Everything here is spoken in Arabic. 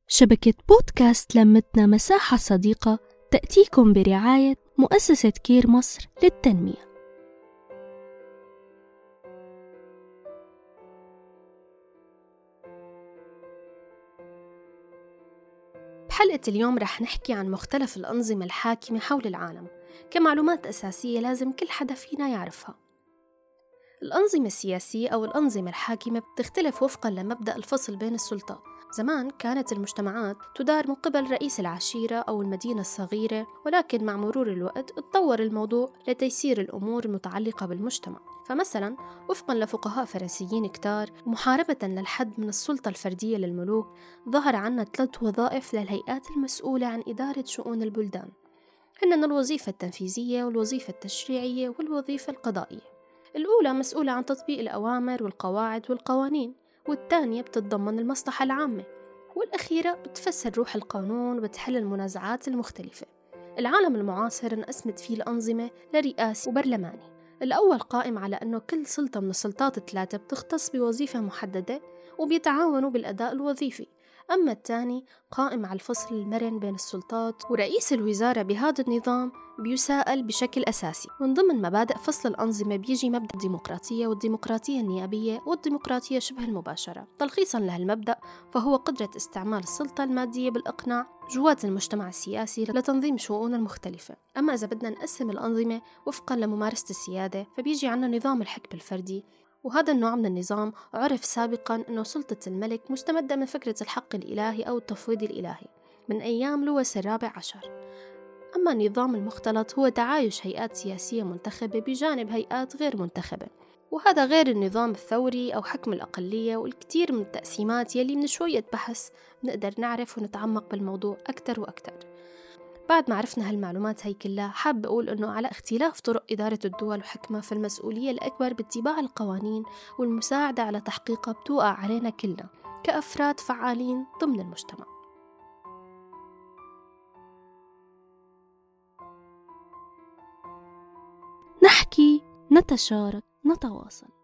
شبكة بودكاست لمتنا مساحة صديقة تأتيكم برعاية مؤسسة كير مصر للتنمية. بحلقة اليوم رح نحكي عن مختلف الأنظمة الحاكمة حول العالم كمعلومات أساسية لازم كل حدا فينا يعرفها. الأنظمة السياسية أو الأنظمة الحاكمة بتختلف وفقاً لمبدأ الفصل بين السلطات. زمان كانت المجتمعات تدار من قبل رئيس العشيرة أو المدينة الصغيرة، ولكن مع مرور الوقت اتطور الموضوع لتيسير الأمور المتعلقة بالمجتمع. فمثلا وفقا لفقهاء فرنسيين كتار، محاربة للحد من السلطة الفردية للملوك، ظهر عنا 3 وظائف للهيئات المسؤولة عن إدارة شؤون البلدان، هن الوظيفة التنفيذية والوظيفة التشريعية والوظيفة القضائية. الأولى مسؤولة عن تطبيق الأوامر والقواعد والقوانين، والثانية بتتضمن المصلحة العامة، والأخيرة بتفسر روح القانون وبتحل المنازعات المختلفة. العالم المعاصر انقسمت فيه الأنظمة لرئاسي وبرلماني. الأول قائم على أنه كل سلطة من السلطات ال3 بتختص بوظيفة محددة وبيتعاونوا بالأداء الوظيفي. أما الثاني قائم على الفصل المرن بين السلطات، ورئيس الوزارة بهذا النظام بيساءل بشكل أساسي. من ضمن مبادئ فصل الأنظمة بيجي مبدأ الديمقراطية والديمقراطية النيابية والديمقراطية شبه المباشرة. تلخيصاً لهالمبدأ فهو قدرة استعمال السلطة المادية بالإقناع جوات المجتمع السياسي لتنظيم شؤون المختلفة. أما إذا بدنا نقسم الأنظمة وفقاً لممارسة السيادة فبيجي عنا نظام الحكم الفردي، وهذا النوع من النظام عرف سابقاً أنه سلطة الملك مستمدة من فكرة الحق الإلهي أو التفويض الإلهي من أيام لويس الرابع عشر. أما النظام المختلط هو تعايش هيئات سياسية منتخبة بجانب هيئات غير منتخبة، وهذا غير النظام الثوري أو حكم الأقلية والكثير من التقسيمات يلي من شوية بحث نقدر نعرف ونتعمق بالموضوع أكتر وأكتر. بعد ما عرفنا هالمعلومات هي كلها، حاب أقول أنه على اختلاف طرق إدارة الدول وحكمها، فالمسؤولية الأكبر باتباع القوانين والمساعدة على تحقيقها بتوقع علينا كلنا كأفراد فعالين ضمن المجتمع. نحكي، نتشارك، نتواصل.